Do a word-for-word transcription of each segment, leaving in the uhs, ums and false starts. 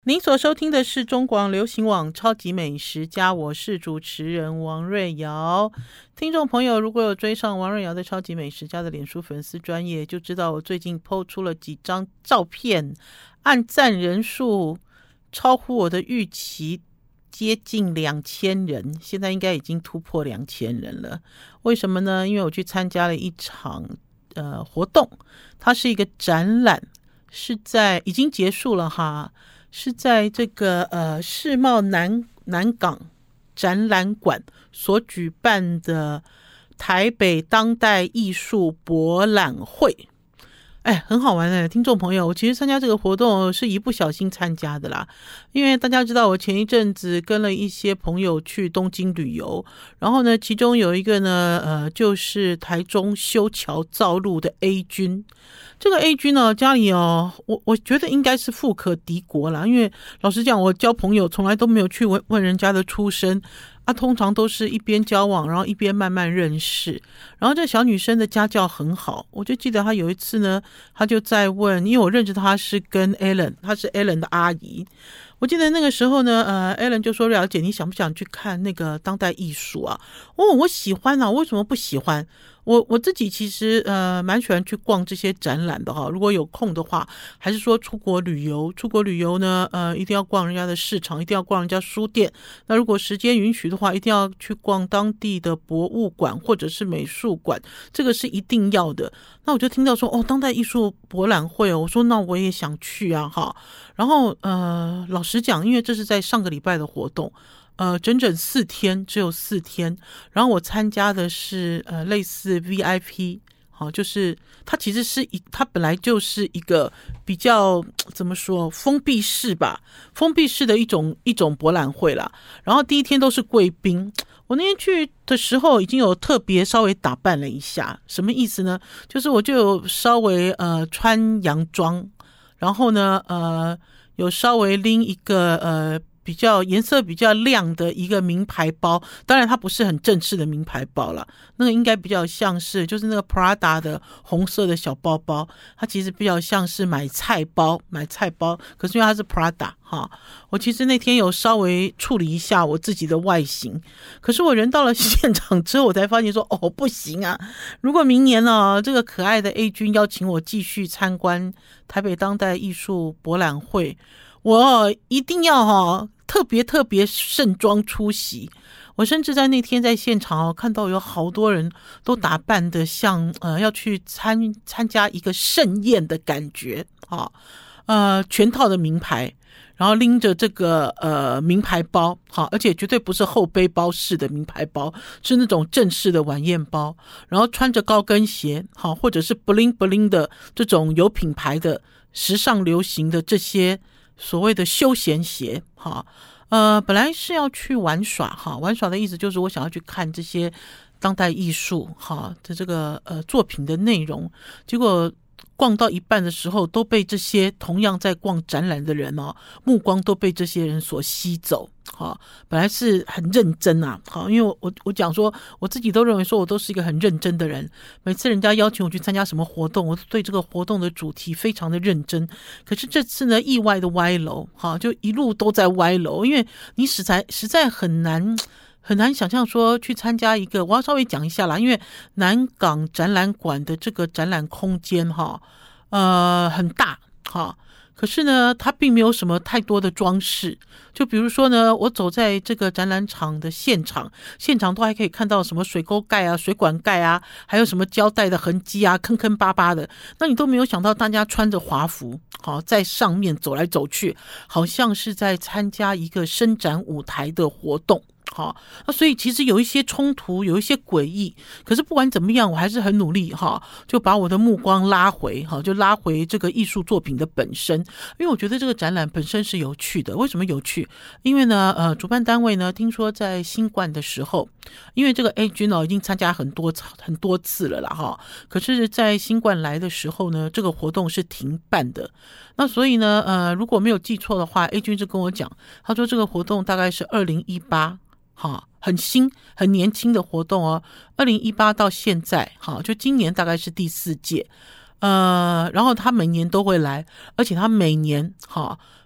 您所收听的是中广流行网超级美食家，我是主持人王瑞瑶。听众朋友如果有追上王瑞瑶的超级美食家的脸书粉丝专页，就知道我最近 po 出了几张照片，按赞人数超乎我的预期，接近两千人，现在应该已经突破两千人了。为什么呢？因为我去参加了一场呃活动，它是一个展览，是在已经结束了哈。是在这个呃世贸南南港展览馆所举办的台北当代艺术博览会。哎，很好玩的，听众朋友，我其实参加这个活动是一不小心参加的啦，因为大家知道我前一阵子跟了一些朋友去东京旅游，然后呢，其中有一个呢，呃，就是台中修桥造路的 A 君。这个 A 君呢，家里哦，我我觉得应该是富可敌国啦，因为老实讲，我交朋友从来都没有去问问人家的出身。啊，通常都是一边交往，然后一边慢慢认识。然后这小女生的家教很好，我就记得她有一次呢，她就在问，因为我认识她是跟 Alan， 她是 Alan 的阿姨。我记得那个时候呢，呃 ，Alan 就说：“廖姐，你想不想去看那个当代艺术啊？”哦，我喜欢啊，为什么不喜欢？我我自己其实呃蛮喜欢去逛这些展览的哈。如果有空的话，还是说出国旅游，出国旅游呢，呃，一定要逛人家的市场，一定要逛人家书店。那如果时间允许的话，一定要去逛当地的博物馆或者是美术馆，这个是一定要的。那我就听到说，哦，当代艺术博览会哦，我说那我也想去啊，哈。然后呃，老实讲，因为这是在上个礼拜的活动。呃，整整四天，只有四天。然后我参加的是呃类似 V I P， 好、哦，就是它其实是一，它本来就是一个比较怎么说封闭式吧，封闭式的一种一种博览会啦。然后第一天都是贵宾，我那天去的时候已经有特别稍微打扮了一下，什么意思呢？就是我就有稍微呃穿洋装，然后呢呃有稍微拎一个呃。比较颜色比较亮的一个名牌包，当然它不是很正式的名牌包啦，那个应该比较像是就是那个 Prada 的红色的小包包，它其实比较像是买菜包买菜包，可是因为它是 Prada 哈，我其实那天有稍微处理一下我自己的外形，可是我人到了现场之后，我才发现说哦不行啊，如果明年呢、哦、这个可爱的 A 君邀请我继续参观台北当代艺术博览会，我一定要哈、哦、特别特别盛装出席。我甚至在那天在现场哦看到有好多人都打扮的像呃要去参参加一个盛宴的感觉啊、哦，呃全套的名牌，然后拎着这个呃名牌包，好，而且绝对不是后背包式的名牌包，是那种正式的晚宴包，然后穿着高跟鞋，好，或者是 bling bling 的这种有品牌的时尚流行的这些所谓的休闲鞋，哈，呃，本来是要去玩耍，哈，玩耍的意思就是我想要去看这些当代艺术，哈的这个呃作品的内容，结果逛到一半的时候，都被这些同样在逛展览的人哦，目光都被这些人所吸走。好，本来是很认真啊，好，因为我我我讲说，我自己都认为说我都是一个很认真的人。每次人家邀请我去参加什么活动，我对这个活动的主题非常的认真。可是这次呢，意外的歪楼，好，就一路都在歪楼，因为你实在实在很难。很难想象说去参加一个，我要稍微讲一下啦，因为南港展览馆的这个展览空间哈，呃很大哈，可是呢它并没有什么太多的装饰，就比如说呢，我走在这个展览场的现场，现场都还可以看到什么水沟盖啊、水管盖啊，还有什么胶带的痕迹啊，坑坑巴巴的，那你都没有想到大家穿着华服，好在上面走来走去，好像是在参加一个伸展舞台的活动。好，那所以其实有一些冲突，有一些诡异，可是不管怎么样，我还是很努力哈，就把我的目光拉回哈，就拉回这个艺术作品的本身，因为我觉得这个展览本身是有趣的。为什么有趣？因为呢，呃，主办单位呢，听说在新冠的时候，因为这个 A 君哦已经参加很多很多次了啦哈，可是在新冠来的时候呢，这个活动是停办的。那所以呢，呃，如果没有记错的话 ，A 君是跟我讲，他说这个活动大概是二零一八。哈，很新很年轻的活动哦，二零一八到现在，哈，就今年大概是第四届，呃，然后他每年都会来，而且他每年哈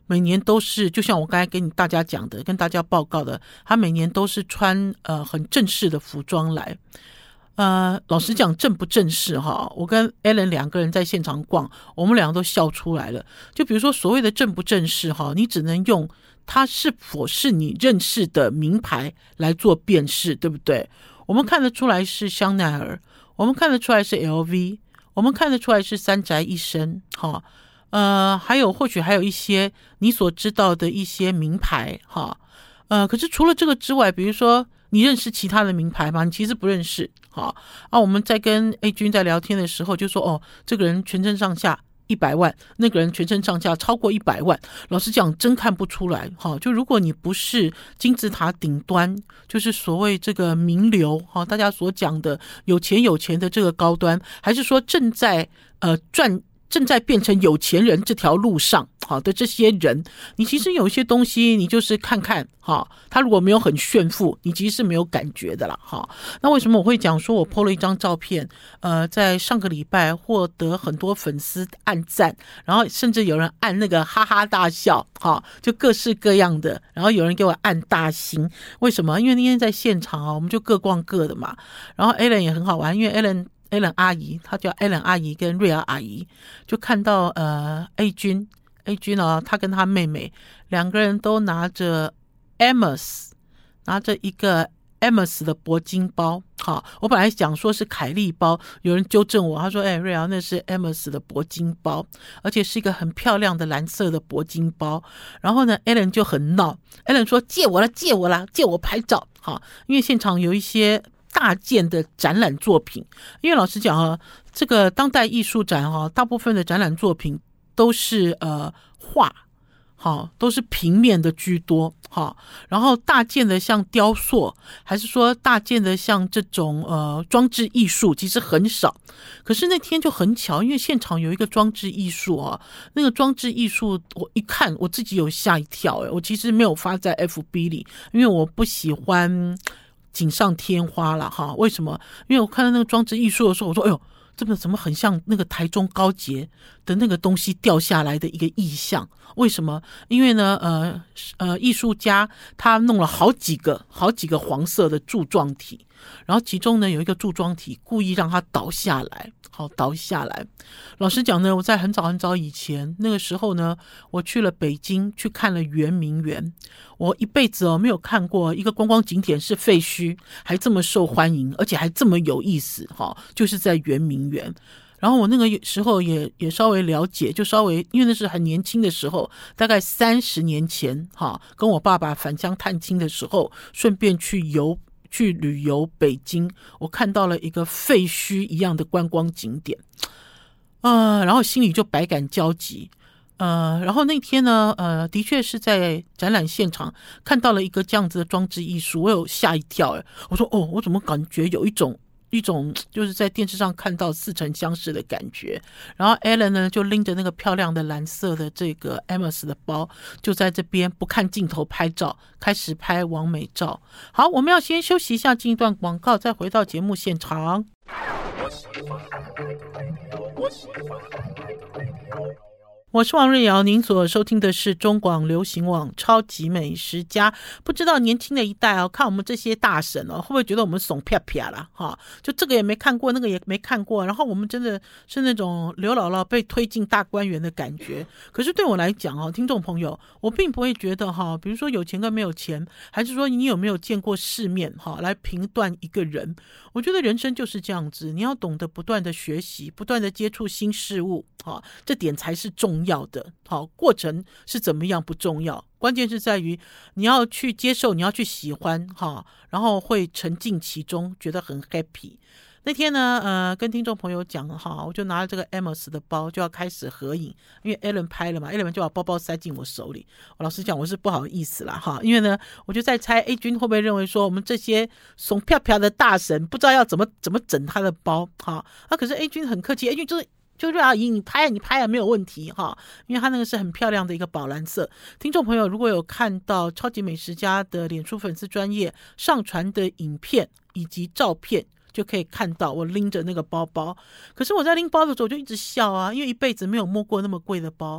每年都是就像我刚才跟你大家讲的，跟大家报告的，他每年都是穿呃很正式的服装来。呃，老实讲正不正式哈，我跟 Alan 两个人在现场逛，我们两个都笑出来了。就比如说所谓的正不正式哈，你只能用它是否是你认识的名牌来做辨识，对不对？我们看得出来是香奈儿，我们看得出来是 L V， 我们看得出来是三宅一生哈，呃，还有或许还有一些你所知道的一些名牌哈，呃，可是除了这个之外，比如说你认识其他的名牌吗？你其实不认识。好啊，我们在跟 A 君在聊天的时候就说，哦，这个人全身上下一百万，那个人全身上下超过一百万。老实讲，真看不出来。哈，就如果你不是金字塔顶端，就是所谓这个名流，哈，大家所讲的有钱有钱的这个高端，还是说正在呃赚。正在变成有钱人这条路上好的这些人，你其实有一些东西你就是看看哈，他如果没有很炫富，你其实是没有感觉的啦哈。那为什么我会讲说我 po 了一张照片，呃，在上个礼拜获得很多粉丝按赞，然后甚至有人按那个哈哈大笑哈，就各式各样的，然后有人给我按大心，为什么？因为那天在现场啊，我们就各逛各的嘛，然后 Alan 也很好玩，因为 Alan Alan 阿姨，她叫 Alan 阿姨跟瑞儿阿姨，就看到呃 A 君 A 君啊，她跟她妹妹两个人都拿着 Hermes， 拿着一个 Hermes 的铂金包。好，我本来讲说是凯利包，有人纠正我，他说哎，瑞儿那是 Hermes 的铂金包，而且是一个很漂亮的蓝色的铂金包。然后呢 Alan 就很闹， Alan 说借我了借我了借我拍照。好，因为现场有一些大件的展览作品，因为老实讲啊，这个当代艺术展哈，大部分的展览作品都是呃画，好，都是平面的居多，好，然后大件的像雕塑，还是说大件的像这种呃装置艺术，其实很少。可是那天就很巧，因为现场有一个装置艺术啊，那个装置艺术我一看我自己有吓一跳，我其实没有发在 F B 里，因为我不喜欢锦上添花了哈，为什么？因为我看到那个装置艺术的时候，我说哎呦，这个怎么很像那个台中高捷的那个东西掉下来的一个意象？为什么？因为呢，呃呃，艺术家他弄了好几个好几个黄色的柱状体，然后其中呢有一个柱状体故意让它倒下来，好倒下来。老实讲呢，我在很早很早以前那个时候呢，我去了北京去看了圆明园。我一辈子哦没有看过一个观光景点是废墟还这么受欢迎，而且还这么有意思哈，就是在圆明园。然后我那个时候也也稍微了解，就稍微因为那是很年轻的时候，大概三十年前哈，跟我爸爸返乡探亲的时候，顺便去游去旅游北京，我看到了一个废墟一样的观光景点，呃，然后心里就百感交集。呃，然后那天呢，呃，的确是在展览现场看到了一个这样子的装置艺术，我有吓一跳，哎，我说哦，我怎么感觉有一种一种就是在电视上看到似曾相识的感觉。然后 Alan 呢就拎着那个漂亮的蓝色的这个 Hermes 的包，就在这边不看镜头拍照，开始拍完美照。好，我们要先休息一下，进一段广告，再回到节目现场。我是王瑞瑶，您所收听的是中广流行网超级美食家。不知道年轻的一代哦，看我们这些大神哦，会不会觉得我们怂啪啪啦？哈，就这个也没看过，那个也没看过，然后我们真的是那种刘姥姥被推进大观园的感觉。可是对我来讲哦，听众朋友，我并不会觉得哈，比如说有钱跟没有钱，还是说你有没有见过世面哈，来评断一个人。我觉得人生就是这样子，你要懂得不断的学习，不断的接触新事物，哈，这点才是重要的。好，过程是怎么样不重要，关键是在于你要去接受，你要去喜欢哈，然后会沉浸其中，觉得很 happy。那天呢，呃，跟听众朋友讲哈，我就拿了这个 Hermes 的包，就要开始合影，因为 Alan 拍了嘛 ，Alan 就把包包塞进我手里。我老实讲，我是不好意思啦哈，因为呢，我就在猜 A 君会不会认为说我们这些怂飘飘的大神不知道要怎么怎么整他的包哈。啊，可是 A 君很客气 ，A 君就是就瑞阿姨，你拍啊，你拍啊，没有问题哈，因为他那个是很漂亮的一个宝蓝色。听众朋友如果有看到超级美食家的脸书粉丝专页上传的影片以及照片，就可以看到我拎着那个包包。可是我在拎包的时候我就一直笑啊，因为一辈子没有摸过那么贵的包，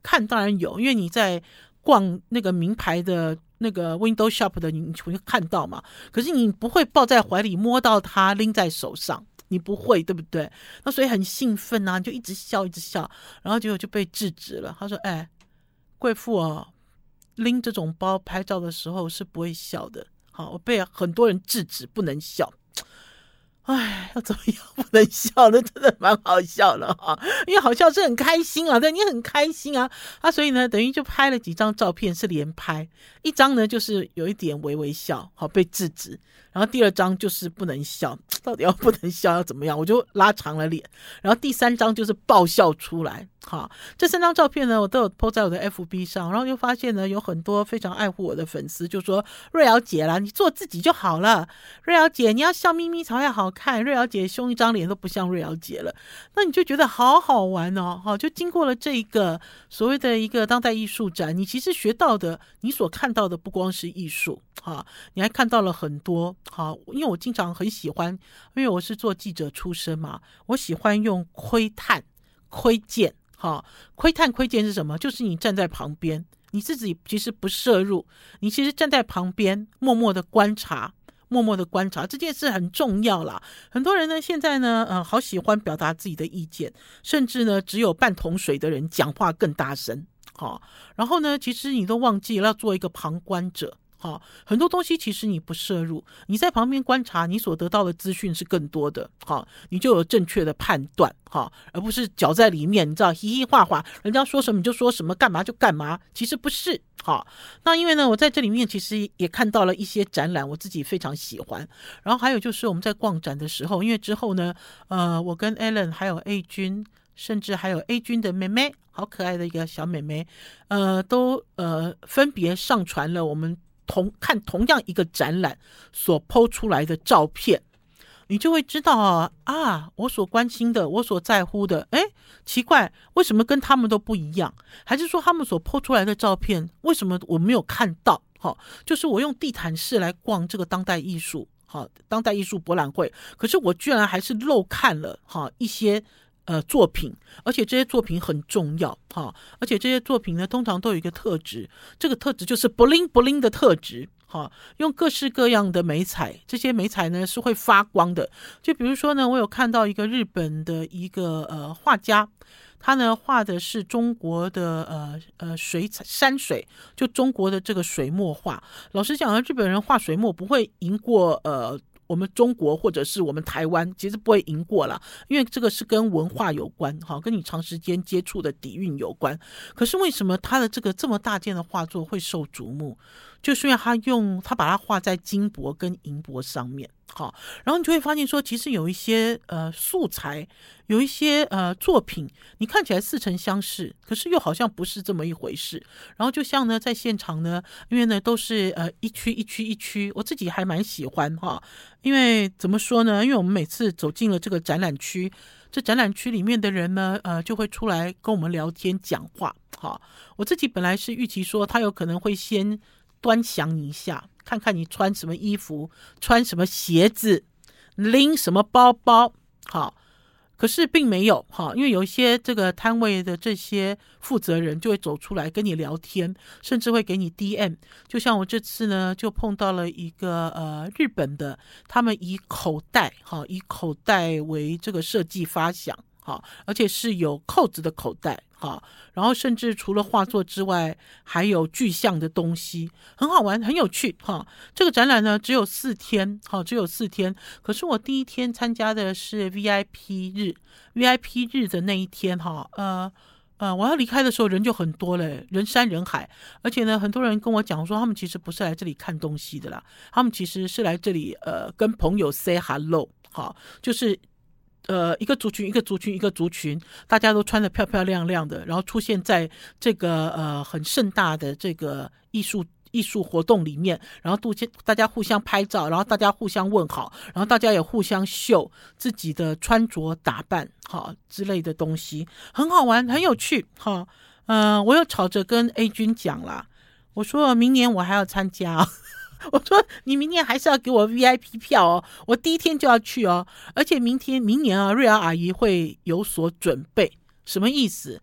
看当然有，因为你在逛那个名牌的那个 window shop 的，你会看到嘛，可是你不会抱在怀里摸到它拎在手上，你不会，对不对？那所以很兴奋啊，你就一直笑一直笑，然后结果就被制止了。他说哎，贵妇哦，拎这种包拍照的时候是不会笑的。好，我被很多人制止不能笑。哎，要怎么样不能笑呢？真的蛮好笑的哈，因为好笑是很开心啊，对，你很开心啊，啊，所以呢，等于就拍了几张照片是连拍，一张呢就是有一点微微笑，好被制止，然后第二张就是不能笑，到底要不能笑要怎么样？我就拉长了脸，然后第三张就是爆笑出来。好，这三张照片呢，我都有 po 在我的 F B 上，然后就发现呢，有很多非常爱护我的粉丝就说瑞瑶姐啦，你做自己就好了，瑞瑶姐你要笑眯眯才会好看，瑞瑶姐凶一张脸都不像瑞瑶姐了，那你就觉得好好玩哦。好，就经过了这一个所谓的一个当代艺术展，你其实学到的，你所看到的不光是艺术，好，你还看到了很多。好，因为我经常很喜欢，因为我是做记者出身嘛，我喜欢用窥探、窥见。好，窥探窥见是什么？就是你站在旁边，你自己其实不涉入，你其实站在旁边默默的观察，默默的观察，这件事很重要啦。很多人呢现在呢呃，好喜欢表达自己的意见，甚至呢只有半桶水的人讲话更大声。好，然后呢其实你都忘记了要做一个旁观者。好，很多东西其实你不涉入，你在旁边观察，你所得到的资讯是更多的。好，你就有正确的判断。好，而不是搅在里面，你知道，嘻嘻哈哈，人家说什么你就说什么，干嘛就干嘛，其实不是。好，那因为呢，我在这里面其实也看到了一些展览，我自己非常喜欢。然后还有就是我们在逛展的时候，因为之后呢，呃，我跟 Alan 还有 A 君，甚至还有 A 君的妹妹，好可爱的一个小妹妹，呃，都呃分别上传了我们同看同样一个展览所 po 出来的照片，你就会知道啊啊，我所关心的，我所在乎的，哎，奇怪，为什么跟他们都不一样？还是说他们所 po 出来的照片，为什么我没有看到？好，就是我用地毯式来逛这个当代艺术，好，当代艺术博览会，可是我居然还是漏看了哈一些。呃，作品，而且这些作品很重要哈，而且这些作品呢，通常都有一个特质，这个特质就是 bling bling 的特质哈，用各式各样的媒彩，这些媒彩呢是会发光的。就比如说呢，我有看到一个日本的一个呃画家，他呢画的是中国的呃呃水彩山水，就中国的这个水墨画。老实讲，日本人画水墨不会赢过呃。我们中国或者是我们台湾其实不会赢过啦，因为这个是跟文化有关，跟你长时间接触的底蕴有关。可是为什么他的这个这么大件的画作会受瞩目？就是因为他用他把它画在金箔跟银箔上面。好，然后你就会发现说，其实有一些呃素材，有一些呃作品，你看起来似曾相识，可是又好像不是这么一回事。然后就像呢，在现场呢，因为呢都是呃一区一区一区，我自己还蛮喜欢哈。因为怎么说呢？因为我们每次走进了这个展览区，这展览区里面的人呢，呃，就会出来跟我们聊天讲话。好，我自己本来是预期说，他有可能会先端详你一下，看看你穿什么衣服，穿什么鞋子，拎什么包包。好，可是并没有哈，因为有一些这个摊位的这些负责人就会走出来跟你聊天，甚至会给你 D M。 就像我这次呢就碰到了一个呃日本的，他们以口袋哈，以口袋为这个设计发想，好，而且是有扣子的口袋，好，然后甚至除了画作之外还有具象的东西，很好玩很有趣哈。这个展览呢只有四天，好，只有四天，可是我第一天参加的是 V I P 日 V I P 日的那一天哈，呃呃，我要离开的时候人就很多了，人山人海，而且呢很多人跟我讲说他们其实不是来这里看东西的啦，他们其实是来这里呃跟朋友 say hello， 好，就是呃，一个族群一个族群一个族群，大家都穿得漂漂亮亮的，然后出现在这个呃很盛大的这个艺术艺术活动里面，然后大家互相拍照，然后大家互相问好，然后大家也互相秀自己的穿着打扮好之类的东西，很好玩很有趣哈。呃，我有吵着跟 A 君讲啦，我说明年我还要参加哦我说你明年还是要给我 V I P 票哦，我第一天就要去哦，而且明天明年啊，瑞瑶阿姨会有所准备。什么意思？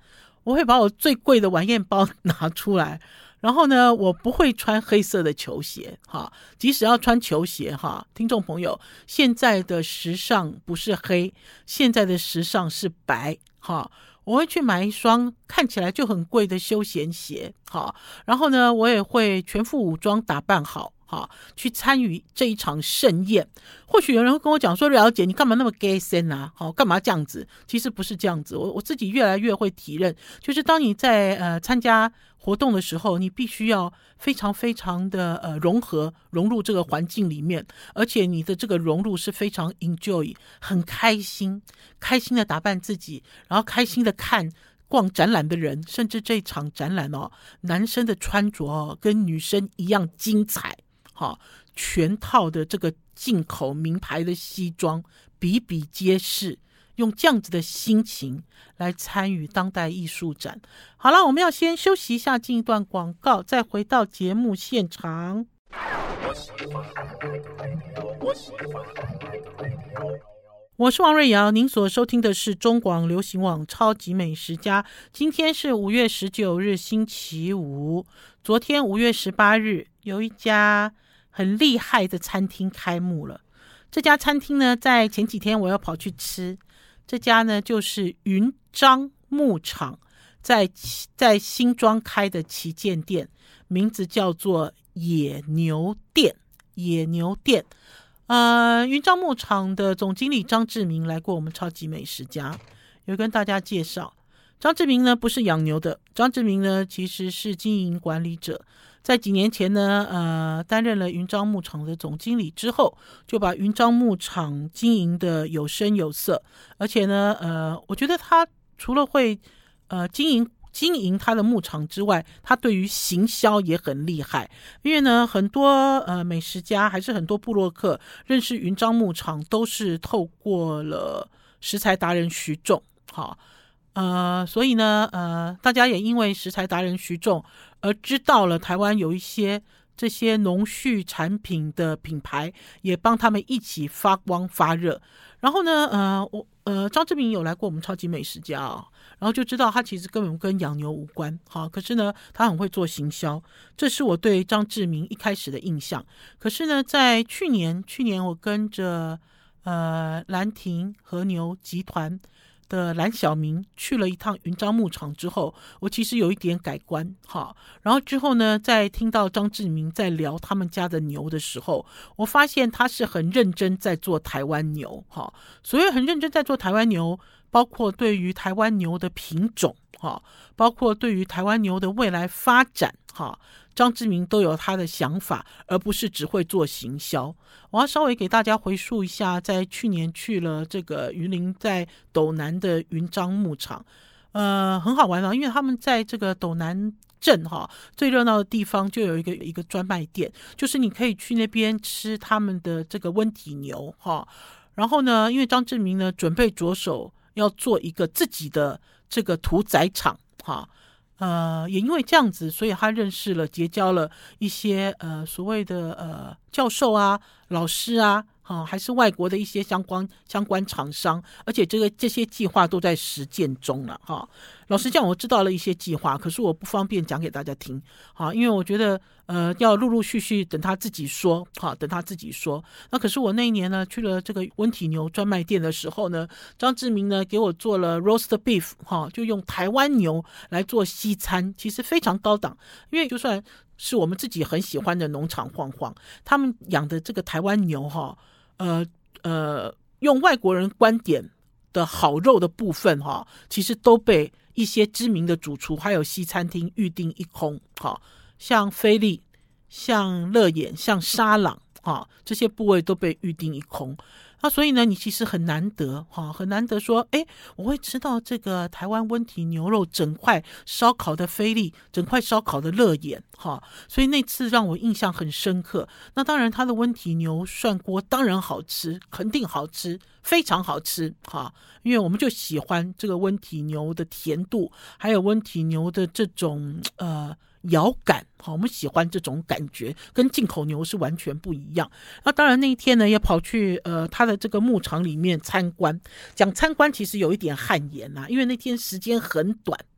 我会把我最贵的晚宴包拿出来，然后呢，我不会穿黑色的球鞋哈，即使要穿球鞋哈，听众朋友，现在的时尚不是黑，现在的时尚是白哈。我会去买一双看起来就很贵的休闲鞋哈，然后呢，我也会全副武装打扮好哈，去参与这一场盛宴。或许有人会跟我讲说，了解你干嘛那么 gay 森啊，好，干嘛这样子？其实不是这样子，我我自己越来越会体认，就是当你在呃参加活动的时候，你必须要非常非常的呃融合融入这个环境里面，而且你的这个融入是非常 enjoy 很开心开心的打扮自己，然后开心的看逛展览的人，甚至这场展览哦，男生的穿着哦跟女生一样精彩，好，全套的这个进口名牌的西装比比皆是，用这样子的心情来参与当代艺术展。好了，我们要先休息一下，进一段广告，再回到节目现场。我是王瑞瑶，您所收听的是中广流行网超级美食家。今天是五月十九日星期五，昨天五月十八日有一家很厉害的餐厅开幕了。这家餐厅呢，在前几天我要跑去吃，这家呢就是云章牧场在在新庄开的旗舰店，名字叫做野牛店。野牛店呃，云章牧场的总经理张志明来过我们超级美食家，有跟大家介绍。张志明呢不是养牛的，张志明呢其实是经营管理者。在几年前呢，呃，担任了云章牧场的总经理之后，就把云章牧场经营的有声有色，而且呢，呃，我觉得他除了会呃经营。经营他的牧场之外，他对于行销也很厉害。因为呢，很多呃美食家还是很多部落客认识云章牧场，都是透过了食材达人徐仲。好，呃，所以呢，呃，大家也因为食材达人徐仲而知道了台湾有一些这些农畜产品的品牌，也帮他们一起发光发热。然后呢，呃，我呃张志明有来过我们超级美食家哦，然后就知道他其实根本跟养牛无关，好，可是呢，他很会做行销，这是我对张志明一开始的印象。可是呢，在去年，去年我跟着呃兰亭和牛集团的蓝小明去了一趟云章牧场之后，我其实有一点改观哈。然后之后呢，在听到张志明在聊他们家的牛的时候，我发现他是很认真在做台湾牛哈。所以很认真在做台湾牛，包括对于台湾牛的品种哈，包括对于台湾牛的未来发展哈，张志明都有他的想法，而不是只会做行销。我要稍微给大家回述一下，在去年去了这个云林在斗南的云章牧场，呃，很好玩啊，因为他们在这个斗南镇哈最热闹的地方就有一个一个专卖店，就是你可以去那边吃他们的这个温体牛哈。然后呢，因为张志明呢准备着手要做一个自己的这个屠宰场哈。呃，也因为这样子，所以他认识了、结交了一些呃所谓的呃教授啊、老师啊，啊，还是外国的一些相关相关厂商，而且这个这些计划都在实践中了哈。老实讲，我知道了一些计划，可是我不方便讲给大家听，好，因为我觉得呃要陆陆续续等他自己说，好，等他自己说。那可是我那一年呢去了这个温体牛专卖店的时候呢，张志明呢给我做了 roast beef， 哈，就用台湾牛来做西餐，其实非常高档，因为就算是我们自己很喜欢的农场晃晃，他们养的这个台湾牛哈，呃呃，用外国人观点的好肉的部分哈，其实都被一些知名的主厨还有西餐厅预定一空，哈，像菲力、像乐眼、像沙朗，哈，这些部位都被预定一空。那所以呢，你其实很难得哈，很难得说，哎，我会吃到这个台湾温体牛肉整块烧烤的菲力，整块烧烤的乐眼哈，所以那次让我印象很深刻。那当然，它的温体牛涮锅当然好吃，肯定好吃，非常好吃哈，因为我们就喜欢这个温体牛的甜度，还有温体牛的这种呃。咬感，好，我们喜欢这种感觉，跟进口牛是完全不一样。那当然那一天呢，也跑去呃他的这个牧场里面参观。讲参观其实有一点汗颜啊，因为那天时间很短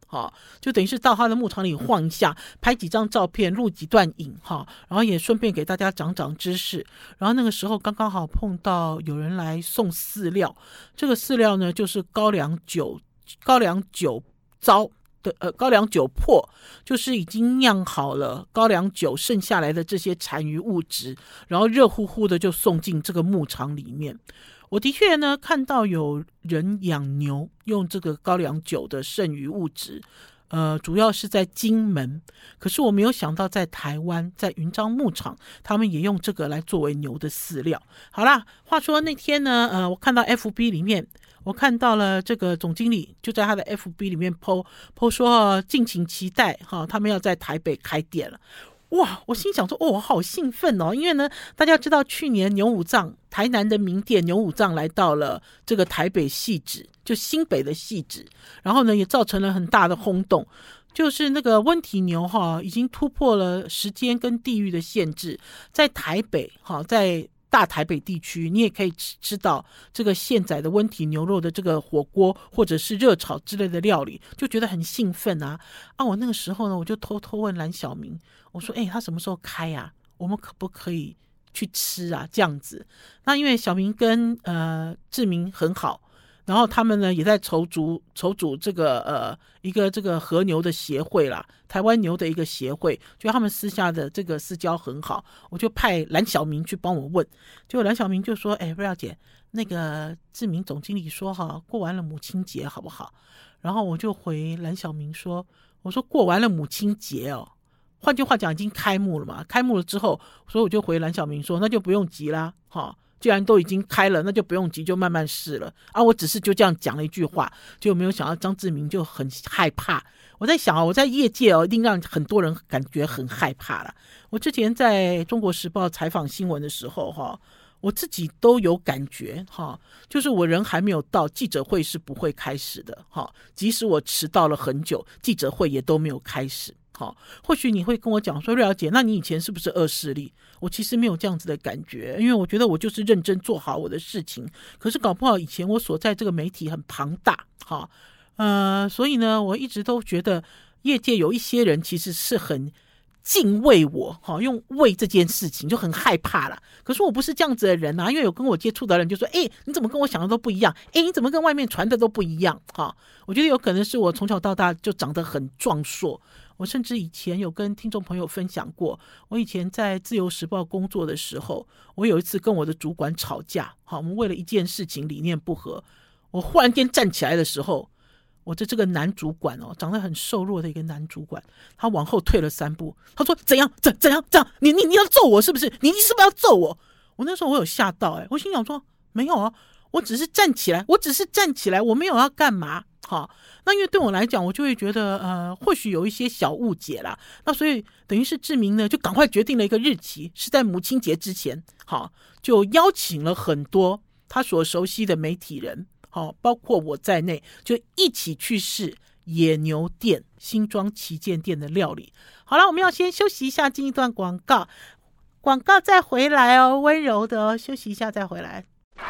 哈，就等于是到他的牧场里晃一下，拍几张照片，录几段影哈，然后也顺便给大家长长知识。然后那个时候刚刚好碰到有人来送饲料，这个饲料呢就是高粱酒高粱酒糟的呃高粱酒粕，就是已经酿好了高粱酒剩下来的这些残余物质，然后热乎乎的就送进这个牧场里面。我的确呢看到有人养牛用这个高粱酒的剩余物质，呃，主要是在金门，可是我没有想到在台湾，在云漳牧场，他们也用这个来作为牛的饲料。好啦，话说那天呢，呃，我看到 F B 里面，我看到了这个总经理就在他的 F B 里面 po po 说，敬请期待哈，他们要在台北开店了。哇，我心想说，哦，我好兴奋哦，因为呢，大家知道去年牛五藏台南的名店牛五藏来到了这个台北汐止，就新北的汐止，然后呢也造成了很大的轰动，就是那个温体牛哈，已经突破了时间跟地域的限制，在台北哈，在大台北地区，你也可以吃吃到这个现宰的温体牛肉的这个火锅或者是热炒之类的料理，就觉得很兴奋啊！啊，我那个时候呢，我就偷偷问蓝小明，我说：“哎、欸，他什么时候开啊？我们可不可以去吃啊？”这样子，那因为小明跟呃志明很好。然后他们呢也在筹组筹组这个呃一个这个和牛的协会啦，台湾牛的一个协会，就他们私下的这个私交很好，我就派蓝小明去帮我问，结果蓝小明就说：“哎，瑞瑶姐，那个志明总经理说哈，过完了母亲节好不好？”然后我就回蓝小明说：“我说过完了母亲节哦，换句话讲已经开幕了嘛，开幕了之后，所以我就回蓝小明说，那就不用急啦，哈。”既然都已经开了，那就不用急，就慢慢试了啊！我只是就这样讲了一句话，就没有想到张志明就很害怕。我在想啊，我在业界哦，一定让很多人感觉很害怕了。我之前在中国时报采访新闻的时候哈，我自己都有感觉哈，就是我人还没有到，记者会是不会开始的哈。即使我迟到了很久，记者会也都没有开始。好，或许你会跟我讲说，瑞瑶姐，那你以前是不是恶势力？我其实没有这样子的感觉，因为我觉得我就是认真做好我的事情。可是搞不好以前我所在这个媒体很庞大，哈，呃，所以呢，我一直都觉得业界有一些人其实是很敬畏我，哈，用畏这件事情就很害怕了。可是我不是这样子的人啊，因为有跟我接触的人就说，哎，你怎么跟我想的都不一样？哎，你怎么跟外面传的都不一样？哈，我觉得有可能是我从小到大就长得很壮硕。我甚至以前有跟听众朋友分享过，我以前在自由时报工作的时候，我有一次跟我的主管吵架，好，我们为了一件事情理念不合，我忽然间站起来的时候，我的这个男主管哦，长得很瘦弱的一个男主管，他往后退了三步，他说：“怎样？怎怎样？这样？你你你要揍我是不是？你你是不是要揍我？”我那时候我有吓到，哎，我心想说没有啊，我只是站起来，我只是站起来，我没有要干嘛。好，那因为对我来讲，我就会觉得呃，或许有一些小误解啦。那所以等于是志明呢，就赶快决定了一个日期，是在母亲节之前，好，就邀请了很多他所熟悉的媒体人，好，包括我在内，就一起去试野牛店新庄旗舰店的料理。好了，我们要先休息一下，进一段广告，广告再回来哦，温柔的哦，休息一下再回来。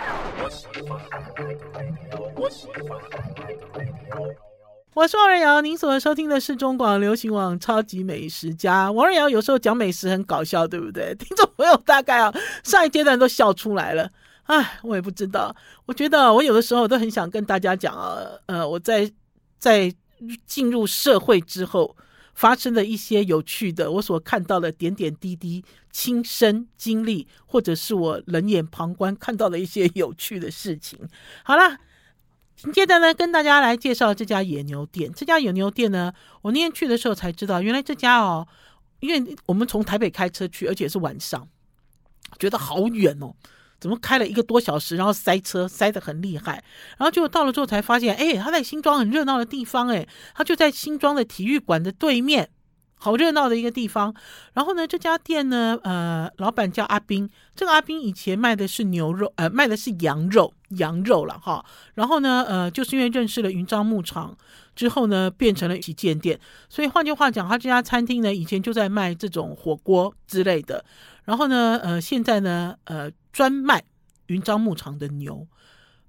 我是王瑞瑶，您所收听的是中广流行网超级美食家。王瑞瑶有时候讲美食很搞笑，对不对？听众朋友大概啊上一阶段都笑出来了。哎，我也不知道，我觉得我有的时候都很想跟大家讲啊，呃，我在在进入社会之后发生的一些有趣的，我所看到的点点滴滴亲身经历，或者是我冷眼旁观看到的一些有趣的事情。好啦，紧接着呢，跟大家来介绍这家野牛店。这家野牛店呢，我那天去的时候才知道，原来这家哦，因为我们从台北开车去，而且是晚上，觉得好远哦，怎么开了一个多小时，然后塞车塞得很厉害，然后结果到了之后才发现，哎，他在新庄很热闹的地方，哎，他就在新庄的体育馆的对面，好热闹的一个地方。然后呢，这家店呢，呃，老板叫阿斌，这个阿斌以前卖的是牛肉，呃，卖的是羊肉，羊肉了哈。然后呢，呃，就是因为认识了云漳牧场之后呢，变成了旗舰店，所以换句话讲，他这家餐厅呢，以前就在卖这种火锅之类的。然后呢，呃，现在呢，呃，专卖云漳牧场的牛。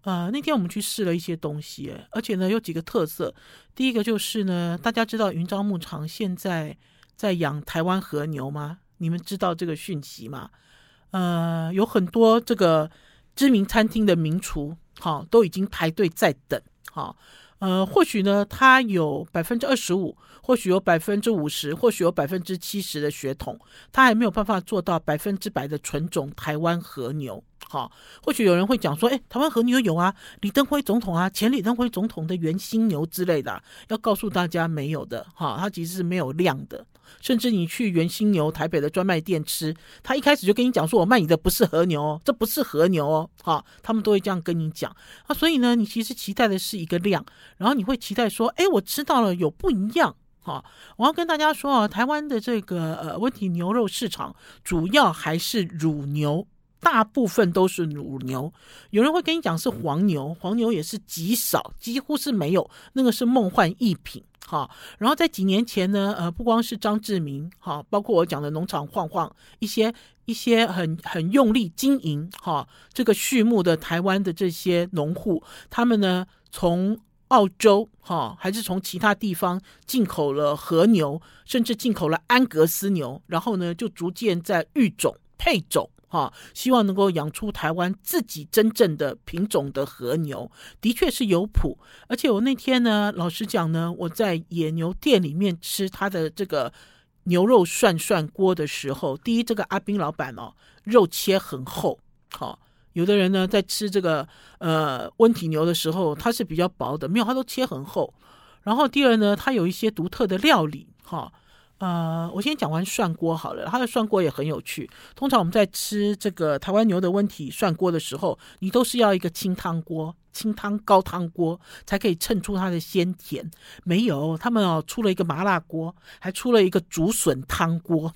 呃，那天我们去试了一些东西，而且呢有几个特色。第一个就是呢，大家知道云樟牧场现在在养台湾和牛吗？你们知道这个讯息吗？呃，有很多这个知名餐厅的名厨，好、哦，都已经排队在等，好、哦。呃，或许呢，它有百分之二十五，或许有百分之五十，或许有百分之七十的血统，它还没有办法做到百分之百的纯种台湾和牛。好，或许有人会讲说，哎，台湾和牛有啊，李登辉总统啊，前李登辉总统的原新牛之类的、啊，要告诉大家没有的，哈，它其实是没有量的。甚至你去原新牛台北的专卖店吃，他一开始就跟你讲说，我卖你的不是和牛哦，这不是和牛哦，哈，他们都会这样跟你讲啊。所以呢，你其实期待的是一个量，然后你会期待说，哎，我吃到了有不一样。好，我要跟大家说啊，台湾的这个呃温体牛肉市场主要还是乳牛，大部分都是乳牛。有人会跟你讲是黄牛，黄牛也是极少，几乎是没有，那个是梦幻逸品。好，然后在几年前呢，呃，不光是张志明，好，包括我讲的农场晃晃，一些一些很很用力经营哈这个畜牧的台湾的这些农户，他们呢从澳洲哈还是从其他地方进口了和牛，甚至进口了安格斯牛，然后呢就逐渐在育种配种。哈，希望能够养出台湾自己真正的品种的和牛，的确是有谱。而且我那天呢，老实讲呢，我在野牛店里面吃他的这个牛肉涮涮锅的时候，第一，这个阿斌老板哦，肉切很厚，好，有的人呢在吃这个呃温体牛的时候，它是比较薄的，没有，它都切很厚。然后第二呢，它有一些独特的料理，哈。呃，我先讲完涮锅好了，它的涮锅也很有趣。通常我们在吃这个台湾牛的温体涮锅的时候，你都是要一个清汤锅、清汤高汤锅才可以衬出它的鲜甜。没有，他们哦出了一个麻辣锅，还出了一个竹笋汤锅。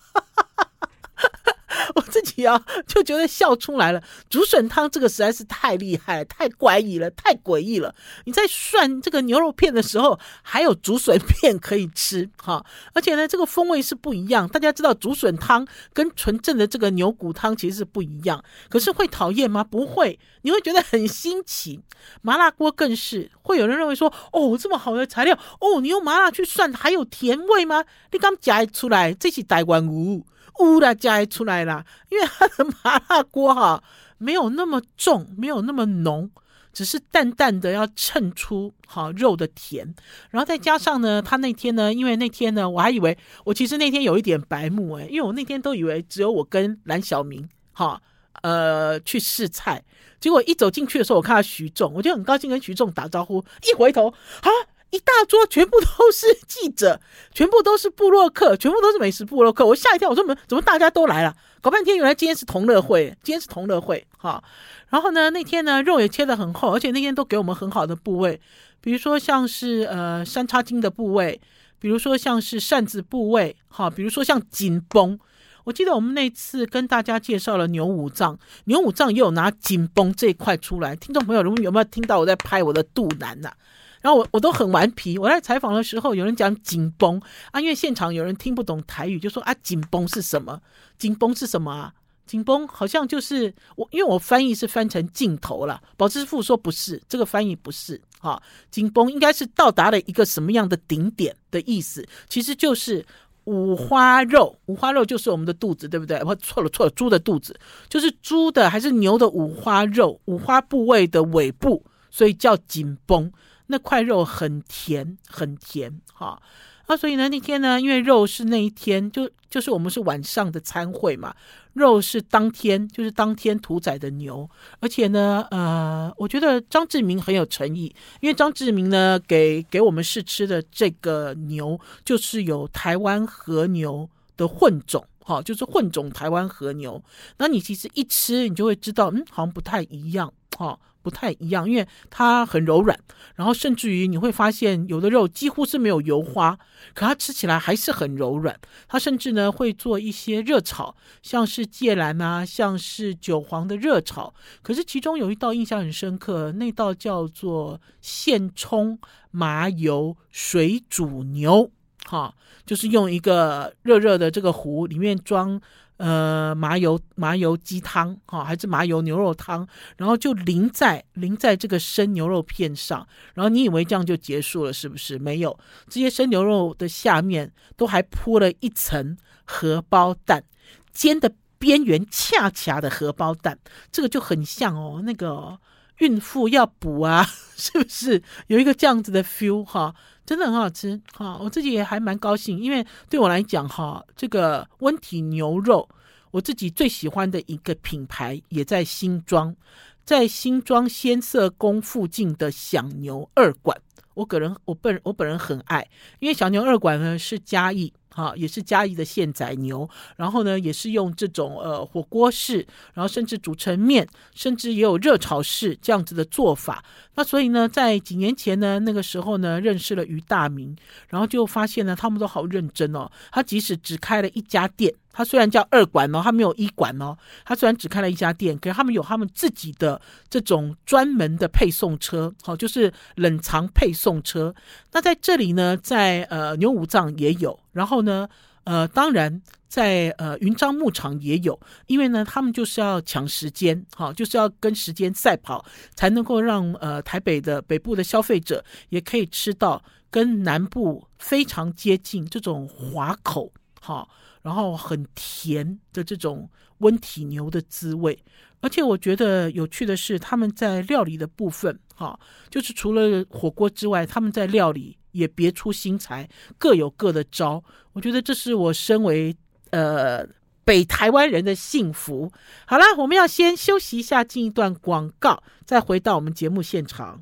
我自己啊就觉得笑出来了，竹笋汤这个实在是太厉害了，太怪异了，太诡异了。你在涮这个牛肉片的时候，还有竹笋片可以吃哈，而且呢，这个风味是不一样。大家知道竹笋汤跟纯正的这个牛骨汤其实是不一样，可是会讨厌吗？不会，你会觉得很新奇。麻辣锅更是会有人认为说，哦，这么好的材料，哦，你用麻辣去涮，还有甜味吗？你刚夹出来，这是台湾牛。乌啦加出来啦，因为它的麻辣锅哈没有那么重，没有那么浓，只是淡淡的要衬出好肉的甜。然后再加上呢，他那天呢，因为那天呢，我还以为我其实那天有一点白目哎、欸，因为我那天都以为只有我跟蓝小明哈呃去试菜，结果一走进去的时候，我看到徐仲，我就很高兴跟徐仲打招呼，一回头啊。一大桌全部都是记者，全部都是部落客，全部都是美食部落客，我吓一跳，我说怎么怎么大家都来了？搞半天原来今天是同乐会，今天是同乐会哈。然后呢，那天呢肉也切得很厚，而且那天都给我们很好的部位，比如说像是呃山叉筋的部位，比如说像是扇子部位，哈，比如说像紧绷。我记得我们那次跟大家介绍了牛五脏，牛五脏也有拿紧绷这一块出来，听众朋友有没有听到我在拍我的肚腩啊？然后我我都很顽皮，我在采访的时候有人讲紧绷啊，因为现场有人听不懂台语，就说啊紧绷是什么？紧绷是什么啊？紧绷好像就是我，因为我翻译是翻成镜头啦，宝师傅说不是，这个翻译不是啊，紧绷应该是到达了一个什么样的顶点的意思，其实就是五花肉，五花肉就是我们的肚子，对不对？错了错了，猪的肚子就是猪的还是牛的五花肉，五花部位的尾部，所以叫紧绷。那块肉很甜很甜哈，啊，所以呢那天呢，因为肉是那一天就就是我们是晚上的餐会嘛，肉是当天就是当天屠宰的牛，而且呢呃，我觉得张志明很有诚意，因为张志明呢给给我们试吃的这个牛就是有台湾和牛的混种。好，就是混种台湾和牛，那你其实一吃你就会知道，嗯，好像不太一样，哈，不太一样，因为它很柔软，然后甚至于你会发现有的肉几乎是没有油花，可它吃起来还是很柔软。它甚至呢会做一些热炒，像是芥蓝啊，像是韭黄的热炒。可是其中有一道印象很深刻，那道叫做现冲麻油水煮牛。 哈，就是用一个热热的这个壶，里面装呃麻油麻油鸡汤哈，还是麻油牛肉汤，然后就淋在淋在这个生牛肉片上，然后你以为这样就结束了是不是？没有，这些生牛肉的下面都还铺了一层荷包蛋，煎的边缘恰恰的荷包蛋，这个就很像哦那个孕妇要补啊，是不是有一个这样子的 feel 哈？真的很好吃哈，我自己也还蛮高兴，因为对我来讲哈，这个温体牛肉，我自己最喜欢的一个品牌也在新庄，在新庄先嗇宫附近的享牛二馆，我个人我本我本人很爱，因为享牛二馆呢是嘉义。啊，也是嘉义的现宰牛，然后呢，也是用这种呃火锅式，然后甚至煮成面，甚至也有热炒式这样子的做法。那所以呢，在几年前呢，那个时候呢，认识了于大明，然后就发现呢，他们都好认真哦。他即使只开了一家店，他虽然叫二馆哦，他没有一馆哦，他虽然只开了一家店，可是他们有他们自己的这种专门的配送车，好、哦，就是冷藏配送车。那在这里呢，在呃牛五藏也有。然后呢，呃，当然在呃云漳牧场也有，因为呢，他们就是要抢时间，哈，就是要跟时间赛跑，才能够让呃台北的北部的消费者也可以吃到跟南部非常接近这种滑口，哈，然后很甜的这种温体牛的滋味。而且我觉得有趣的是，他们在料理的部分，哈，就是除了火锅之外，他们在料理也别出心裁，各有各的招。我觉得这是我身为呃北台湾人的幸福。好啦，我们要先休息一下，进一段广告，再回到我们节目现场。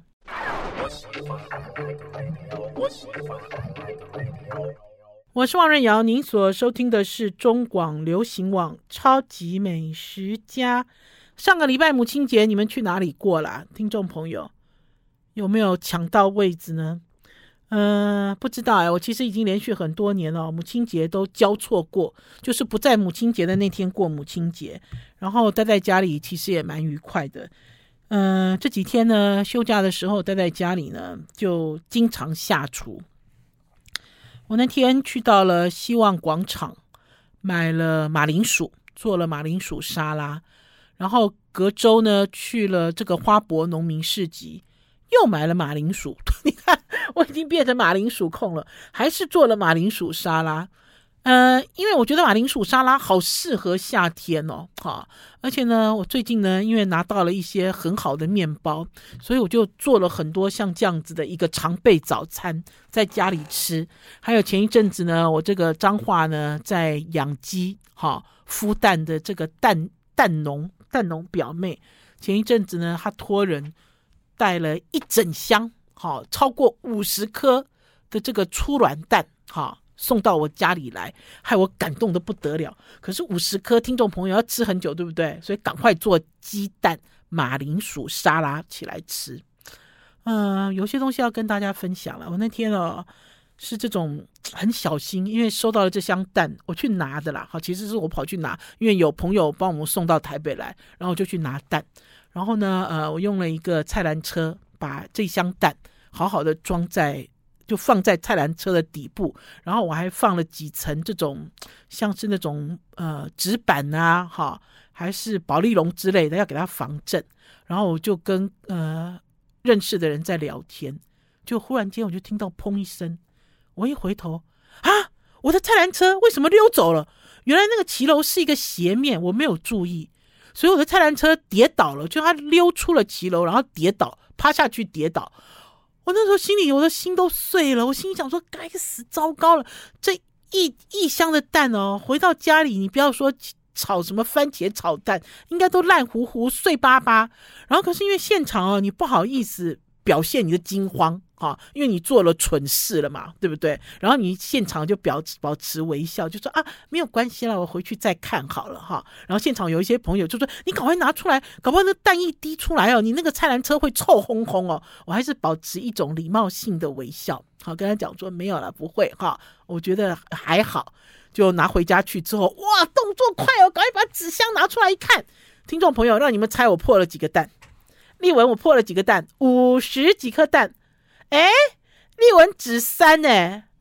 我是王润瑶，您所收听的是中广流行网超级美食家。上个礼拜母亲节你们去哪里过啦？听众朋友有没有抢到位置呢？呃，不知道哎，我其实已经连续很多年了，母亲节都交错过，就是不在母亲节的那天过母亲节，然后待在家里其实也蛮愉快的。呃，这几天呢，休假的时候待在家里呢，就经常下厨。我那天去到了希望广场，买了马铃薯，做了马铃薯沙拉，然后隔周呢去了这个花博农民市集，又买了马铃薯。你看我已经变成马铃薯控了，还是做了马铃薯沙拉。呃，因为我觉得马铃薯沙拉好适合夏天哦，哈，而且呢，我最近呢，因为拿到了一些很好的面包，所以我就做了很多像这样子的一个常备早餐，在家里吃。还有前一阵子呢，我这个彰化呢在养鸡，哈，孵蛋的这个蛋蛋农蛋农表妹，前一阵子呢，她托人带了一整箱，好，超过五十颗的这个粗卵蛋，哈。送到我家里来，害我感动得不得了。可是五十颗听众朋友要吃很久，对不对？所以赶快做鸡蛋马铃薯沙拉起来吃。嗯、呃，有些东西要跟大家分享了。我那天哦是这种很小心，因为收到了这箱蛋，我去拿的啦。好，其实是我跑去拿，因为有朋友帮我们送到台北来，然后我就去拿蛋。然后呢，呃，我用了一个菜篮车把这箱蛋好好的装在。就放在菜篮车的底部，然后我还放了几层这种像是那种呃纸板啊，哈，还是保丽龙之类的，要给它防震。然后我就跟呃认识的人在聊天，就忽然间我就听到砰一声，我一回头啊，我的菜篮车为什么溜走了？原来那个骑楼是一个斜面，我没有注意，所以我的菜篮车跌倒了，就它溜出了骑楼，然后跌倒，趴下去跌倒。我那时候心里我的心都碎了，我心里想说该死，糟糕了，这一一箱的蛋哦，回到家里你不要说炒什么番茄炒蛋，应该都烂糊糊碎巴巴。然后可是因为现场哦，你不好意思表现你的惊慌啊，因为你做了蠢事了嘛，对不对？然后你现场就表保持微笑，就说啊没有关系了，我回去再看好了哈。然后现场有一些朋友就说你赶快拿出来，搞不好那蛋一滴出来哦，你那个菜篮车会臭烘烘哦。我还是保持一种礼貌性的微笑，好跟他讲说没有了，不会哈，我觉得还好。就拿回家去之后，哇，动作快哦，赶快把纸箱拿出来一看。听众朋友，让你们猜我破了几个蛋？丽文我破了几个蛋？五十几颗蛋。哎，丽文只三呢，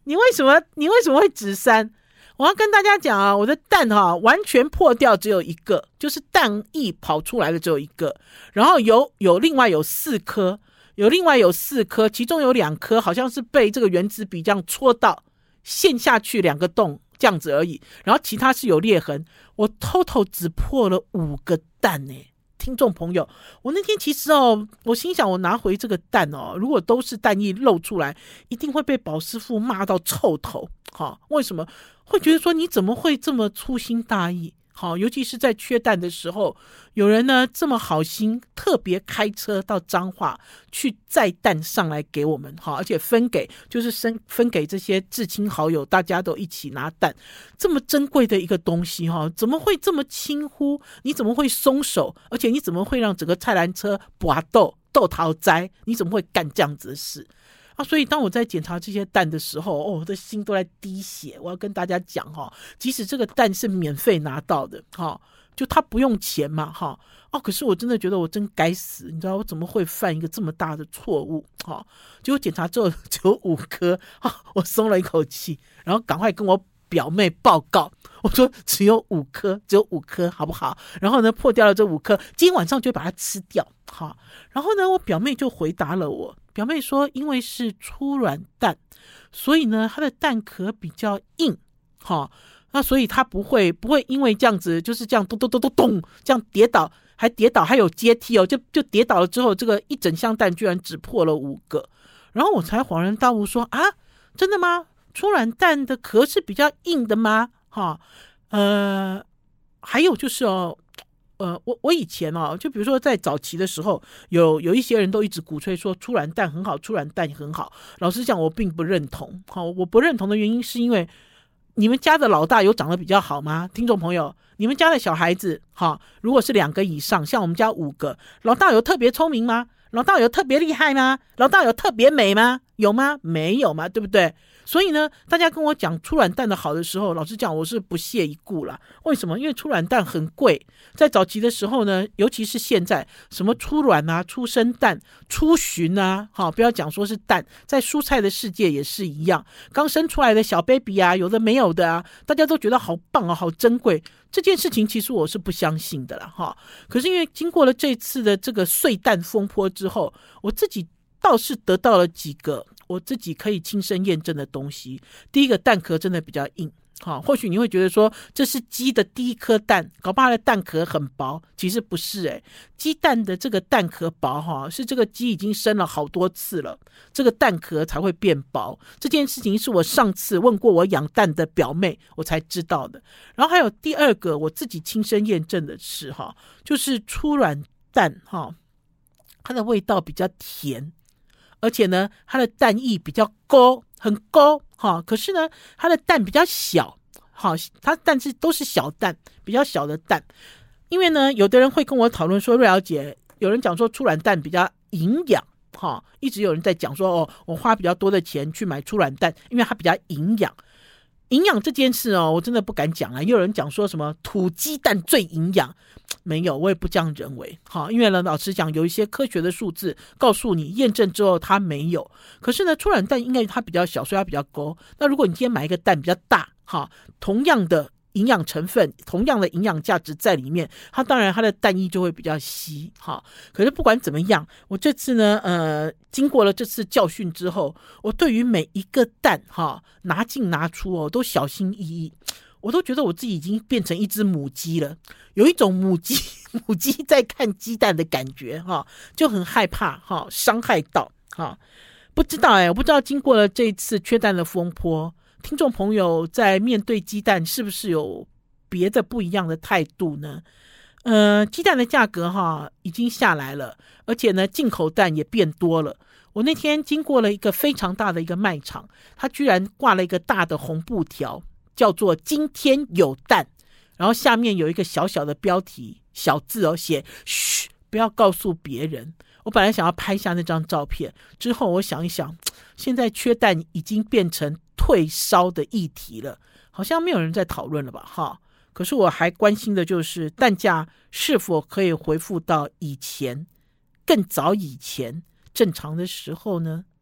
你为什么你为什么会指三？我要跟大家讲啊，我的蛋哈、啊、完全破掉只有一个，就是蛋液跑出来的只有一个，然后有有另外有四颗，有另外有四颗，其中有两颗好像是被这个原子笔这样戳到，陷下去两个洞这样子而已，然后其他是有裂痕。我 total 只破了五个蛋呢、欸。听众朋友，我那天其实哦，我心想我拿回这个蛋哦，如果都是蛋液漏出来，一定会被宝师傅骂到臭头。好、哦，为什么会觉得说你怎么会这么粗心大意？好，尤其是在缺蛋的时候，有人呢这么好心，特别开车到彰化去载蛋上来给我们，好，而且分给就是分分给这些至亲好友，大家都一起拿蛋，这么珍贵的一个东西哈，怎么会这么轻忽？你怎么会松手？而且你怎么会让整个菜篮车拔豆豆桃栽？你怎么会干这样子的事？啊，所以当我在检查这些蛋的时候，哦，我的心都在滴血。我要跟大家讲哈、哦，即使这个蛋是免费拿到的，哈、哦，就他不用钱嘛，哈、哦，哦，可是我真的觉得我真该死，你知道我怎么会犯一个这么大的错误？哈、哦，结果检查之后只有五颗，啊、哦，我松了一口气，然后赶快跟我表妹报告，我说只有五颗，只有五颗，好不好？然后呢，破掉了这五颗，今天晚上就把它吃掉，好。然后呢，我表妹就回答了我。表妹说因为是初卵蛋，所以呢它的蛋壳比较硬，齁，那所以它不会不会因为这样子就是这样咚咚咚咚咚这样跌倒，还跌倒还有阶梯哦，就就跌倒了之后，这个一整箱蛋居然只破了五个。然后我才恍然大悟说啊，真的吗？初卵蛋的壳是比较硬的吗？齁，呃还有就是哦呃，我我以前哦，就比如说在早期的时候，有有一些人都一直鼓吹说初卵蛋很好，初卵蛋很好。老实讲，我并不认同。好、哦，我不认同的原因是因为你们家的老大有长得比较好吗？听众朋友，你们家的小孩子，哈、哦，如果是两个以上，像我们家五个，老大有特别聪明吗？老大有特别厉害吗？老大有特别美吗？有吗？没有嘛，对不对？所以呢，大家跟我讲初卵蛋的好的时候，老实讲我是不屑一顾啦。为什么？因为初卵蛋很贵，在早期的时候呢，尤其是现在，什么初卵啊、初生蛋、初旬啊，好，不要讲说是蛋，在蔬菜的世界也是一样，刚生出来的小 baby 啊，有的没有的啊，大家都觉得好棒啊，好珍贵。这件事情其实我是不相信的啦，哈。可是因为经过了这次的这个碎蛋风波之后，我自己倒是得到了几个我自己可以亲身验证的东西。第一个，蛋壳真的比较硬，好，或许你会觉得说这是鸡的第一颗蛋，搞不好它的蛋壳很薄，其实不是诶，鸡蛋的这个蛋壳薄哈，是这个鸡已经生了好多次了，这个蛋壳才会变薄。这件事情是我上次问过我养蛋的表妹我才知道的。然后还有第二个我自己亲身验证的是哈，就是初卵蛋哈，它的味道比较甜。而且呢，它的蛋液比较勾，很勾哈。可是呢，它的蛋比较小，好，它但是都是小蛋，比较小的蛋。因为呢，有的人会跟我讨论说，瑞瑶姐，有人讲说初卵蛋比较营养，哈，一直有人在讲说，哦，我花比较多的钱去买初卵蛋，因为它比较营养。营养这件事哦，我真的不敢讲啊。也有人讲说什么土鸡蛋最营养，没有，我也不这样认为。好，因为呢，老实讲，有一些科学的数字告诉你，验证之后它没有。可是呢，初卵蛋应该它比较小，所以它比较勾。那如果你今天买一个蛋比较大，哈，同样的营养成分，同样的营养价值在里面，它当然它的蛋液就会比较稀，哈。可是不管怎么样，我这次呢，呃，经过了这次教训之后，我对于每一个蛋，哈，拿进拿出哦，都小心翼翼。我都觉得我自己已经变成一只母鸡了，有一种母鸡母鸡在看鸡蛋的感觉，哈，就很害怕，哈，伤害到，哈。不知道哎，我不知道经过了这一次缺蛋的风波，听众朋友在面对鸡蛋是不是有别的不一样的态度呢？呃，鸡蛋的价格哈已经下来了，而且呢进口蛋也变多了。我那天经过了一个非常大的一个卖场，它居然挂了一个大的红布条，叫做今天有蛋，然后下面有一个小小的标题，小字哦，写嘘，不要告诉别人。我本来想要拍下那张照片，之后我想一想，现在缺蛋已经变成退烧的议题了，好像没有人在讨论了吧哈。可是我还关心的就是蛋价是否可以恢复到以前更早以前正常的时候呢？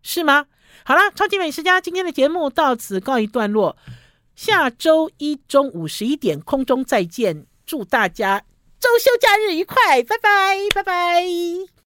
是吗？好啦，超级美食家今天的节目到此告一段落，下周一中午十一点空中再见，祝大家周休假日愉快，拜拜拜拜。